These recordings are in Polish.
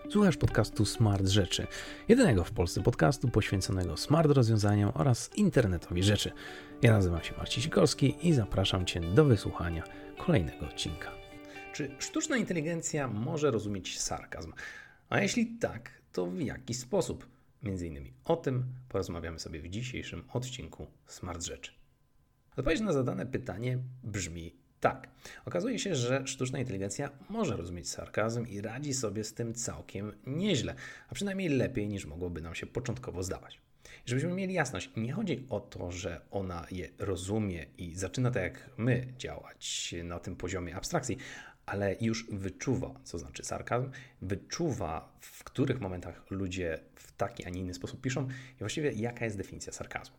Słuchasz podcastu Smart Rzeczy, jedynego w Polsce podcastu poświęconego smart rozwiązaniom oraz internetowi rzeczy. Ja nazywam się Marcin Sikorski i zapraszam Cię do wysłuchania kolejnego odcinka. Czy sztuczna inteligencja może rozumieć sarkazm? A jeśli tak, to w jaki sposób? Między innymi o tym porozmawiamy sobie w dzisiejszym odcinku Smart Rzeczy. Odpowiedź na zadane pytanie brzmi tak. Okazuje się, że sztuczna inteligencja może rozumieć sarkazm i radzi sobie z tym całkiem nieźle, a przynajmniej lepiej niż mogłoby nam się początkowo zdawać. Żebyśmy mieli jasność, nie chodzi o to, że ona je rozumie i zaczyna tak jak my działać na tym poziomie abstrakcji, ale już wyczuwa, co znaczy sarkazm, wyczuwa, w których momentach ludzie w taki, a nie inny sposób piszą i właściwie jaka jest definicja sarkazmu.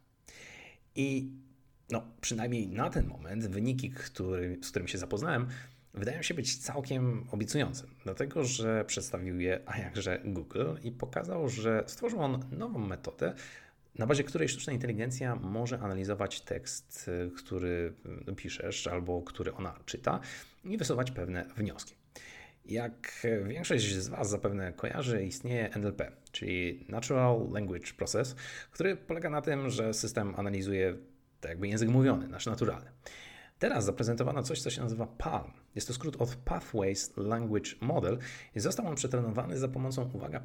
I przynajmniej na ten moment wyniki, z którymi się zapoznałem, wydają się być całkiem obiecujące, dlatego że przedstawił je, a jakże Google i pokazał, że stworzył on nową metodę, na bazie której sztuczna inteligencja może analizować tekst, który piszesz albo który ona czyta i wysuwać pewne wnioski. Jak większość z Was zapewne kojarzy, istnieje NLP, czyli Natural Language Process, który polega na tym, że system analizuje tak jakby język mówiony, nasz naturalny. Teraz zaprezentowano coś, co się nazywa PaLM. Jest to skrót od Pathways Language Model i został on przetrenowany za pomocą, uwaga,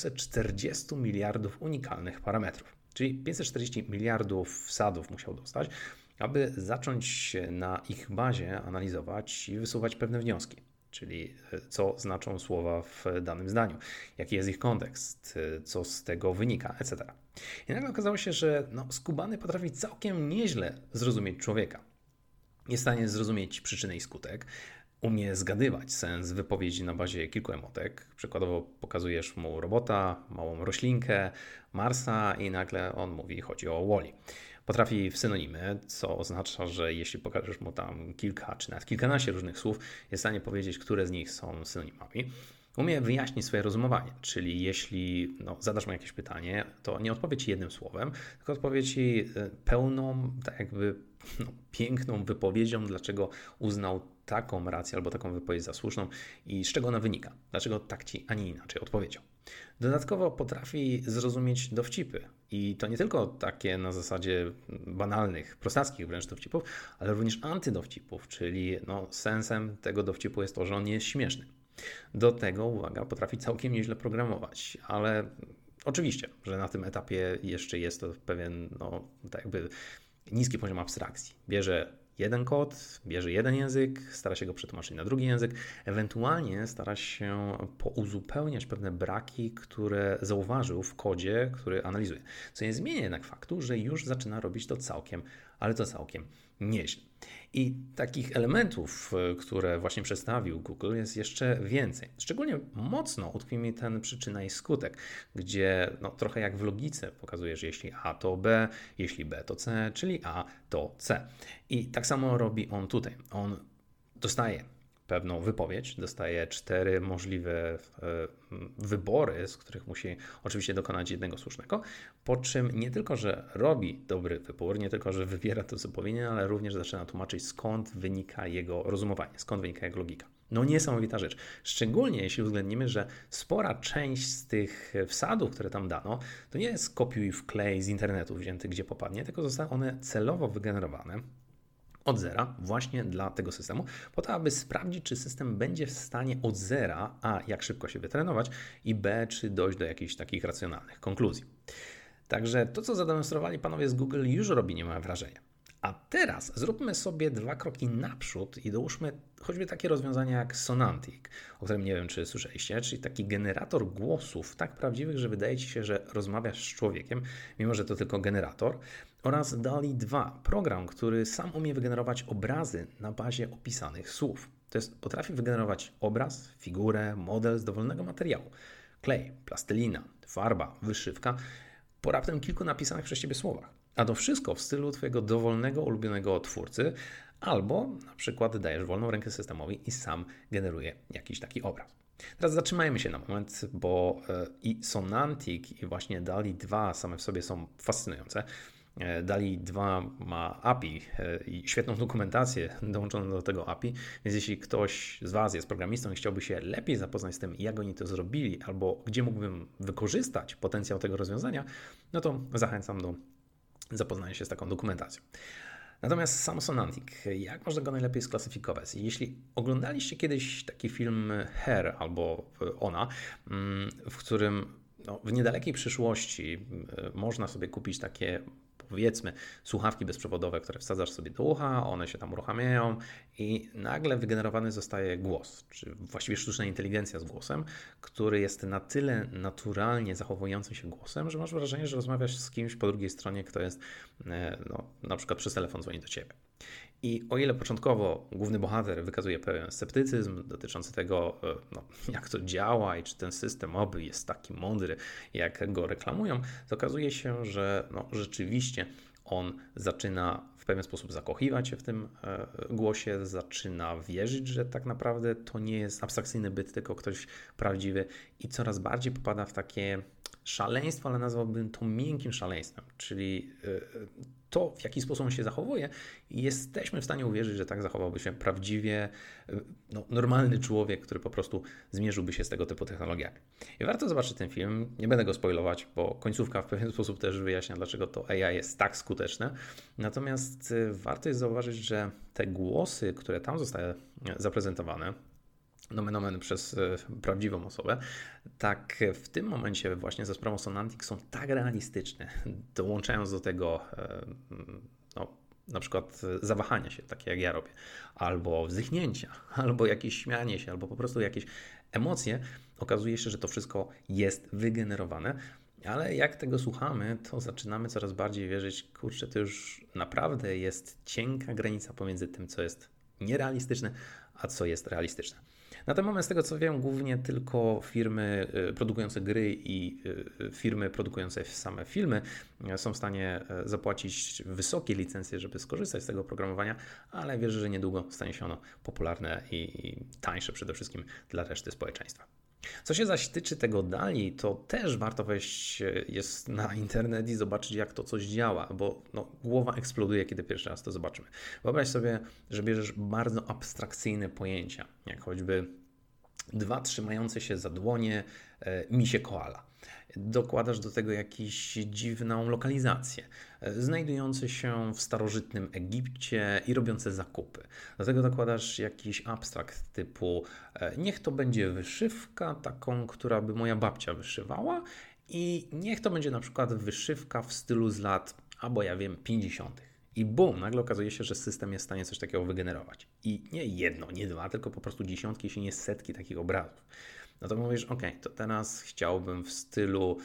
540 miliardów unikalnych parametrów. Czyli 540 miliardów wsadów musiał dostać, aby zacząć na ich bazie analizować i wysuwać pewne wnioski. Czyli co znaczą słowa w danym zdaniu, jaki jest ich kontekst, co z tego wynika, etc. I nagle okazało się, że skubany potrafi całkiem nieźle zrozumieć człowieka. Jest w stanie zrozumieć przyczynę i skutek, umie zgadywać sens wypowiedzi na bazie kilku emotek. Przykładowo pokazujesz mu robota, małą roślinkę, Marsa i nagle on mówi, chodzi o Wall-E. Potrafi w synonimy, co oznacza, że jeśli pokażesz mu tam kilka czy nawet kilkanaście różnych słów, jest w stanie powiedzieć, które z nich są synonimami. Umie wyjaśnić swoje rozumowanie, czyli jeśli zadasz mu jakieś pytanie, to nie odpowie Ci jednym słowem, tylko odpowie Ci pełną, tak jakby piękną wypowiedzią, dlaczego uznał taką rację albo taką wypowiedź za słuszną i z czego ona wynika, dlaczego tak Ci, a nie inaczej odpowiedział. Dodatkowo potrafi zrozumieć dowcipy i to nie tylko takie na zasadzie banalnych, prostackich wręcz dowcipów, ale również antydowcipów, czyli sensem tego dowcipu jest to, że on nie jest śmieszny. Do tego, uwaga, potrafi całkiem nieźle programować, ale oczywiście, że na tym etapie jeszcze jest to pewien, tak jakby niski poziom abstrakcji. Bierze jeden kod, bierze jeden język, stara się go przetłumaczyć na drugi język, ewentualnie stara się pouzupełniać pewne braki, które zauważył w kodzie, który analizuje. Co nie zmienia jednak faktu, że już zaczyna robić to całkiem, ale to całkiem nieźle. I takich elementów, które właśnie przedstawił Google, jest jeszcze więcej. Szczególnie mocno utkwi mi ten przyczyna i skutek, gdzie trochę jak w logice pokazuje, że jeśli A to B, jeśli B to C, czyli A to C. I tak samo robi on tutaj. On dostaje pewną wypowiedź, dostaje 4 możliwe wybory, z których musi oczywiście dokonać jednego słusznego, po czym nie tylko, że robi dobry wybór, nie tylko, że wybiera to, co powinien, ale również zaczyna tłumaczyć, skąd wynika jego rozumowanie, skąd wynika jego logika. Niesamowita rzecz. Szczególnie jeśli uwzględnimy, że spora część z tych wsadów, które tam dano, to nie jest kopiuj wklej z internetu wzięty gdzie popadnie, tylko zostały one celowo wygenerowane od zera właśnie dla tego systemu, po to, aby sprawdzić, czy system będzie w stanie od zera, a jak szybko się wytrenować i b, czy dojść do jakichś takich racjonalnych konkluzji. Także to, co zademonstrowali panowie z Google, już robi niemałe wrażenie. A teraz zróbmy sobie 2 kroki naprzód i dołóżmy choćby takie rozwiązania jak Sonantic, o którym nie wiem, czy słyszeliście, czyli taki generator głosów tak prawdziwych, że wydaje Ci się, że rozmawiasz z człowiekiem, mimo że to tylko generator, oraz DALL-E 2, program, który sam umie wygenerować obrazy na bazie opisanych słów. To jest, potrafi wygenerować obraz, figurę, model z dowolnego materiału. Klej, plastelina, farba, wyszywka, po raptem kilku napisanych przez Ciebie słowach. A to wszystko w stylu Twojego dowolnego, ulubionego twórcy, albo na przykład dajesz wolną rękę systemowi i sam generuje jakiś taki obraz. Teraz zatrzymajmy się na moment, bo i Sonantic, i właśnie DALL-E 2 same w sobie są fascynujące. DALL-E 2 ma API i świetną dokumentację dołączoną do tego API, więc jeśli ktoś z Was jest programistą i chciałby się lepiej zapoznać z tym, jak oni to zrobili, albo gdzie mógłbym wykorzystać potencjał tego rozwiązania, no to zachęcam do zapoznania się z taką dokumentacją. Natomiast sam Sonantic, jak można go najlepiej sklasyfikować? Jeśli oglądaliście kiedyś taki film Her albo Ona, w którym w niedalekiej przyszłości można sobie kupić takie, powiedzmy, słuchawki bezprzewodowe, które wsadzasz sobie do ucha, one się tam uruchamiają i nagle wygenerowany zostaje głos, czy właściwie sztuczna inteligencja z głosem, który jest na tyle naturalnie zachowującym się głosem, że masz wrażenie, że rozmawiasz z kimś po drugiej stronie, kto jest na przykład przez telefon dzwoni do Ciebie. I o ile początkowo główny bohater wykazuje pewien sceptycyzm dotyczący tego, jak to działa i czy ten system jest taki mądry, jak go reklamują, to okazuje się, że rzeczywiście on zaczyna w pewien sposób zakochiwać się w tym głosie, zaczyna wierzyć, że tak naprawdę to nie jest abstrakcyjny byt, tylko ktoś prawdziwy i coraz bardziej popada w takie szaleństwo, ale nazwałbym to miękkim szaleństwem, czyli to, w jaki sposób on się zachowuje i jesteśmy w stanie uwierzyć, że tak zachowałby się prawdziwie normalny człowiek, który po prostu zmierzyłby się z tego typu technologiami. I warto zobaczyć ten film, nie będę go spoilować, bo końcówka w pewien sposób też wyjaśnia, dlaczego to AI jest tak skuteczne. Natomiast warto jest zauważyć, że te głosy, które tam zostały zaprezentowane, nomen omen przez prawdziwą osobę, tak w tym momencie właśnie za sprawą Sonantic są tak realistyczne, dołączając do tego na przykład zawahania się, takie jak ja robię, albo wzdychnięcia, albo jakieś śmianie się, albo po prostu jakieś emocje, okazuje się, że to wszystko jest wygenerowane, ale jak tego słuchamy, to zaczynamy coraz bardziej wierzyć, kurczę, to już naprawdę jest cienka granica pomiędzy tym, co jest nierealistyczne, a co jest realistyczne. Na ten moment, z tego co wiem, głównie tylko firmy produkujące gry i firmy produkujące same filmy są w stanie zapłacić wysokie licencje, żeby skorzystać z tego oprogramowania, ale wierzę, że niedługo stanie się ono popularne i tańsze przede wszystkim dla reszty społeczeństwa. Co się zaś tyczy tego DALL-E, to też warto wejść jest na internet i zobaczyć, jak to coś działa, bo głowa eksploduje, kiedy pierwszy raz to zobaczymy. Wyobraź sobie, że bierzesz bardzo abstrakcyjne pojęcia, jak choćby dwa trzymające się za dłonie misie koala. Dokładasz do tego jakąś dziwną lokalizację, znajdujące się w starożytnym Egipcie i robiące zakupy. Do tego dokładasz jakiś abstrakt typu niech to będzie wyszywka taką, która by moja babcia wyszywała i niech to będzie na przykład wyszywka w stylu z lat, 50. I bum, nagle okazuje się, że system jest w stanie coś takiego wygenerować. I nie jedno, nie dwa, tylko po prostu dziesiątki, jeśli nie setki takich obrazów. No to mówisz, to teraz chciałbym w stylu,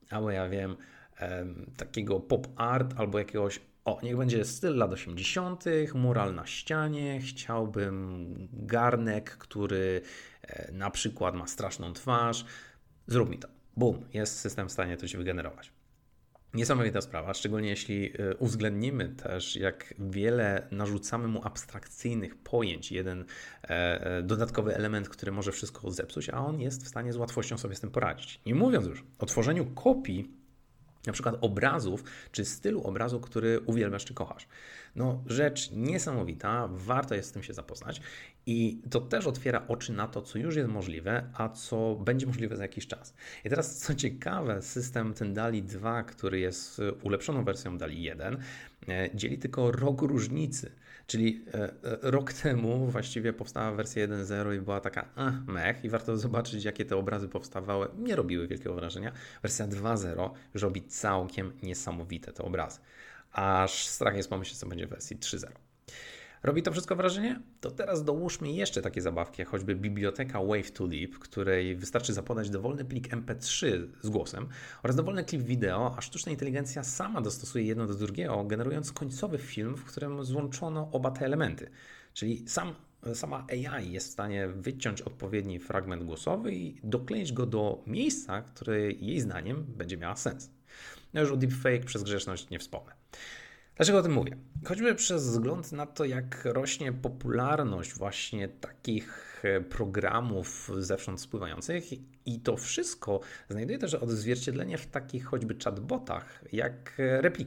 takiego pop art albo jakiegoś, niech będzie styl lat 80., mural na ścianie, chciałbym garnek, który na przykład ma straszną twarz. Zrób mi to. Bum, jest system w stanie to ci wygenerować. Niesamowita sprawa, szczególnie jeśli uwzględnimy też, jak wiele narzucamy mu abstrakcyjnych pojęć, jeden dodatkowy element, który może wszystko zepsuć, a on jest w stanie z łatwością sobie z tym poradzić. Nie mówiąc już o tworzeniu kopii, na przykład obrazów, czy stylu obrazu, który uwielbiasz czy kochasz. Rzecz niesamowita, warto jest z tym się zapoznać i to też otwiera oczy na to, co już jest możliwe, a co będzie możliwe za jakiś czas. I teraz, co ciekawe, system ten DALL-E 2, który jest ulepszoną wersją DALL-E 1, dzieli tylko rok różnicy, czyli rok temu właściwie powstała wersja 1.0 i była taka mech i warto zobaczyć, jakie te obrazy powstawały. Nie robiły wielkiego wrażenia. Wersja 2.0 już robi całkiem niesamowite te obrazy. Aż strach jest pomyśleć, co będzie w wersji 3.0. Robi to wszystko wrażenie? To teraz dołóżmy jeszcze takie zabawki, jak choćby biblioteka Wave to Leap, której wystarczy zapodać dowolny plik MP3 z głosem oraz dowolny klip wideo, a sztuczna inteligencja sama dostosuje jedno do drugiego, generując końcowy film, w którym złączono oba te elementy. Czyli sama AI jest w stanie wyciąć odpowiedni fragment głosowy i dokleić go do miejsca, które jej zdaniem będzie miała sens. Już o deepfake przez grzeczność nie wspomnę. Dlaczego o tym mówię? Choćby przez wzgląd na to, jak rośnie popularność właśnie takich programów zewsząd spływających i to wszystko znajduje też odzwierciedlenie w takich choćby chatbotach jak Replika.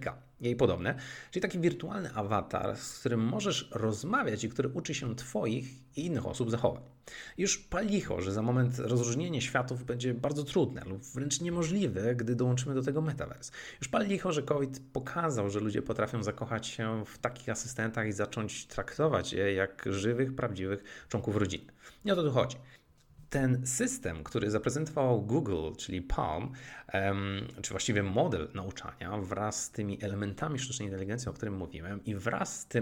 jej podobne, czyli taki wirtualny awatar, z którym możesz rozmawiać i który uczy się Twoich i innych osób zachowań. Już pal licho, że za moment rozróżnienie światów będzie bardzo trudne lub wręcz niemożliwe, gdy dołączymy do tego metaverse. Już pal licho, że COVID pokazał, że ludzie potrafią zakochać się w takich asystentach i zacząć traktować je jak żywych, prawdziwych członków rodziny. Nie o to tu chodzi. Ten system, który zaprezentował Google, czyli Palm, czy właściwie model nauczania wraz z tymi elementami sztucznej inteligencji, o którym mówiłem, i wraz z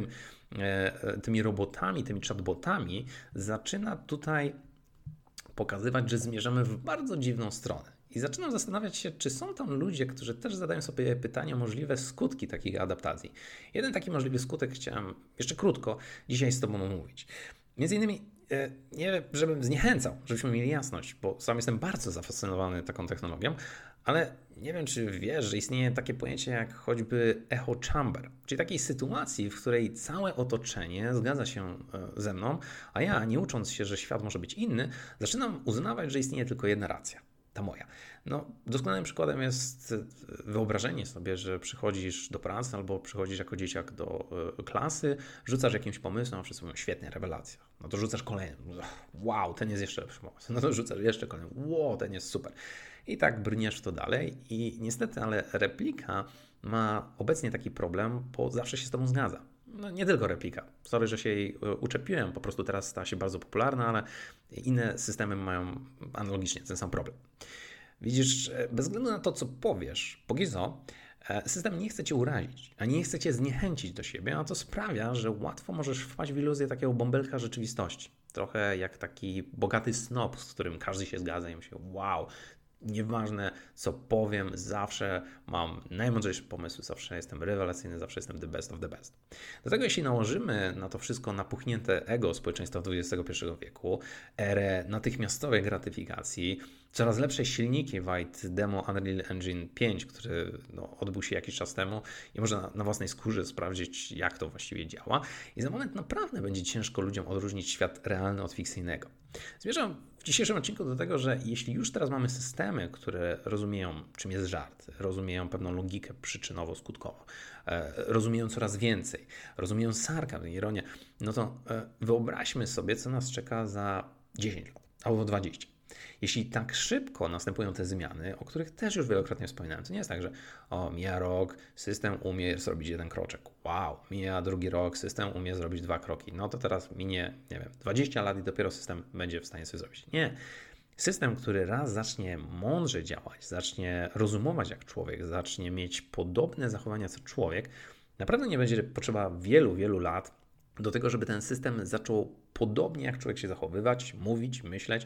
tymi robotami, tymi chatbotami, zaczyna tutaj pokazywać, że zmierzamy w bardzo dziwną stronę. I zaczynam zastanawiać się, czy są tam ludzie, którzy też zadają sobie pytanie o możliwe skutki takich adaptacji. Jeden taki możliwy skutek chciałem jeszcze krótko dzisiaj z Tobą omówić. Między innymi nie, żebym zniechęcał, żebyśmy mieli jasność, bo sam jestem bardzo zafascynowany taką technologią, ale nie wiem, czy wiesz, że istnieje takie pojęcie jak choćby echo chamber, czyli takiej sytuacji, w której całe otoczenie zgadza się ze mną, a ja, nie ucząc się, że świat może być inny, zaczynam uznawać, że istnieje tylko jedna racja. Ta moja. No, doskonałym przykładem jest wyobrażenie sobie, że przychodzisz do pracy albo przychodzisz jako dzieciak do klasy, rzucasz jakimś pomysłem, a wszyscy mówią, świetnie, rewelacja. No to rzucasz kolejny. Wow, ten jest jeszcze lepszy pomysł. No to rzucasz jeszcze kolejny. Wow, ten jest super. I tak brniesz w to dalej i niestety, ale replika ma obecnie taki problem, bo zawsze się z tobą zgadza. No nie tylko replika. Sorry, że się jej uczepiłem, po prostu teraz stała się bardzo popularna, ale inne systemy mają analogicznie ten sam problem. Widzisz, bez względu na to, co powiesz, póki co, system nie chce cię urazić, a nie chce cię zniechęcić do siebie, a to sprawia, że łatwo możesz wpaść w iluzję takiego bąbelka rzeczywistości. Trochę jak taki bogaty snob, z którym każdy się zgadza i myśli, wow, nieważne co powiem, zawsze mam najmądrzejsze pomysły, zawsze jestem rewelacyjny, zawsze jestem the best of the best. Dlatego jeśli nałożymy na to wszystko napuchnięte ego społeczeństwa XXI wieku, erę natychmiastowej gratyfikacji, coraz lepsze silniki White Demo Unreal Engine 5, który odbył się jakiś czas temu i można na własnej skórze sprawdzić, jak to właściwie działa. I za moment naprawdę będzie ciężko ludziom odróżnić świat realny od fikcyjnego. Zmierzam w dzisiejszym odcinku do tego, że jeśli już teraz mamy systemy, które rozumieją, czym jest żart, rozumieją pewną logikę przyczynowo-skutkową, rozumieją coraz więcej, rozumieją sarkazm, ironię, no to wyobraźmy sobie, co nas czeka za 10 lat albo 20. Jeśli tak szybko następują te zmiany, o których też już wielokrotnie wspominałem, to nie jest tak, że mija rok, system umie zrobić jeden kroczek. Wow, mija drugi rok, system umie zrobić 2 kroki. No to teraz minie, 20 lat i dopiero system będzie w stanie sobie zrobić. Nie. System, który raz zacznie mądrze działać, zacznie rozumować jak człowiek, zacznie mieć podobne zachowania co człowiek, naprawdę nie będzie potrzeba wielu, wielu lat do tego, żeby ten system zaczął podobnie jak człowiek się zachowywać, mówić, myśleć,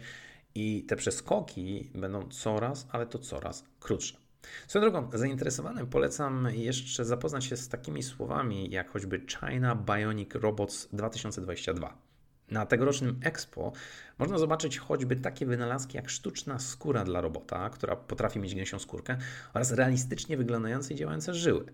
i te przeskoki będą coraz, ale to coraz krótsze. Swoją drogą, zainteresowanym polecam jeszcze zapoznać się z takimi słowami jak choćby China Bionic Robots 2022. Na tegorocznym Expo można zobaczyć choćby takie wynalazki jak sztuczna skóra dla robota, która potrafi mieć gęsią skórkę, oraz realistycznie wyglądające i działające żyły.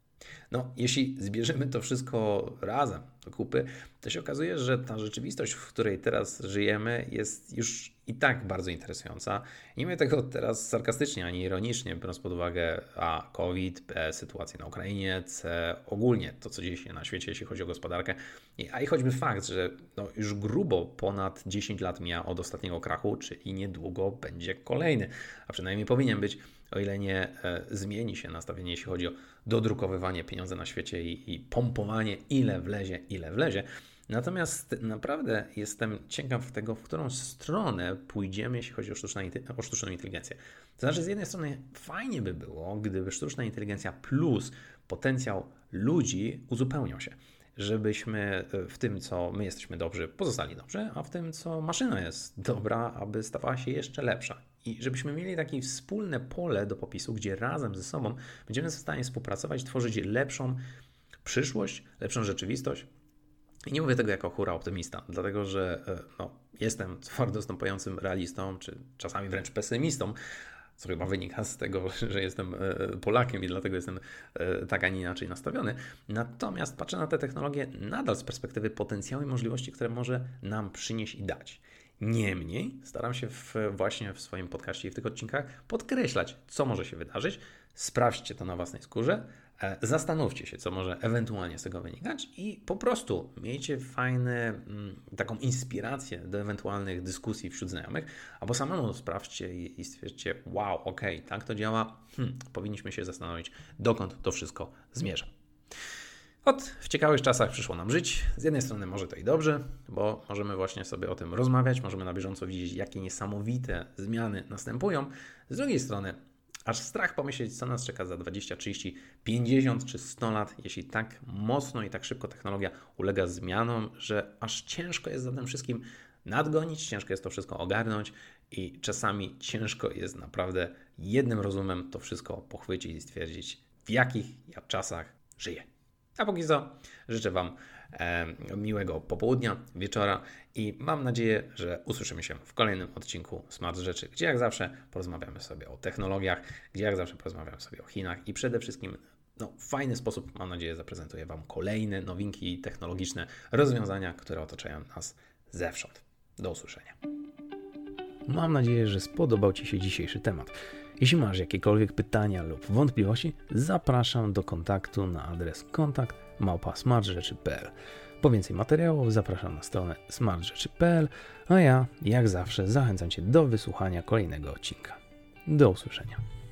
No, jeśli zbierzemy to wszystko razem do kupy, to się okazuje, że ta rzeczywistość, w której teraz żyjemy, jest już i tak bardzo interesująca. Nie mówię tego teraz sarkastycznie ani ironicznie, biorąc pod uwagę a COVID, b sytuację na Ukrainie, c ogólnie to, co dzieje się na świecie, jeśli chodzi o gospodarkę, a i choćby fakt, że już grubo ponad 10 lat mija od ostatniego krachu, czyli niedługo będzie kolejny, a przynajmniej powinien być, o ile nie zmieni się nastawienie, jeśli chodzi o dodrukowywanie pieniądza na świecie i pompowanie ile wlezie. Natomiast naprawdę jestem ciekaw tego, w którą stronę pójdziemy, jeśli chodzi o sztuczną inteligencję. To znaczy, z jednej strony fajnie by było, gdyby sztuczna inteligencja plus potencjał ludzi uzupełniał się. Żebyśmy w tym, co my jesteśmy dobrzy, pozostali dobrzy, a w tym, co maszyna jest dobra, aby stawała się jeszcze lepsza. I żebyśmy mieli takie wspólne pole do popisu, gdzie razem ze sobą będziemy w stanie współpracować, tworzyć lepszą przyszłość, lepszą rzeczywistość. I nie mówię tego jako hura optymista, dlatego że jestem twardo stąpającym realistą, czy czasami wręcz pesymistą, co chyba wynika z tego, że jestem Polakiem i dlatego jestem tak, a nie inaczej nastawiony. Natomiast patrzę na te technologie nadal z perspektywy potencjału i możliwości, które może nam przynieść i dać. Niemniej staram się właśnie w swoim podcaście i w tych odcinkach podkreślać, co może się wydarzyć. Sprawdźcie to na własnej skórze, Zastanówcie się, co może ewentualnie z tego wynikać i po prostu miejcie taką inspirację do ewentualnych dyskusji wśród znajomych, albo samemu sprawdźcie i stwierdźcie, wow, okej, tak to działa, powinniśmy się zastanowić, dokąd to wszystko zmierza. W ciekawych czasach przyszło nam żyć. Z jednej strony może to i dobrze, bo możemy właśnie sobie o tym rozmawiać, możemy na bieżąco widzieć, jakie niesamowite zmiany następują. Z drugiej strony aż strach pomyśleć, co nas czeka za 20, 30, 50 czy 100 lat, jeśli tak mocno i tak szybko technologia ulega zmianom, że aż ciężko jest za tym wszystkim nadgonić, ciężko jest to wszystko ogarnąć i czasami ciężko jest naprawdę jednym rozumem to wszystko pochwycić i stwierdzić, w jakich ja czasach żyję. A póki co życzę Wam miłego popołudnia, wieczora i mam nadzieję, że usłyszymy się w kolejnym odcinku Smart Rzeczy, gdzie jak zawsze porozmawiamy sobie o technologiach, gdzie jak zawsze porozmawiamy sobie o Chinach i przede wszystkim w fajny sposób, mam nadzieję, zaprezentuję Wam kolejne nowinki technologiczne, rozwiązania, które otaczają nas zewsząd. Do usłyszenia. Mam nadzieję, że spodobał Ci się dzisiejszy temat. Jeśli masz jakiekolwiek pytania lub wątpliwości, zapraszam do kontaktu na adres kontakt@smartrzeczy.pl. Po więcej materiałów zapraszam na stronę smartrzeczy.pl, a ja, jak zawsze, zachęcam Cię do wysłuchania kolejnego odcinka. Do usłyszenia.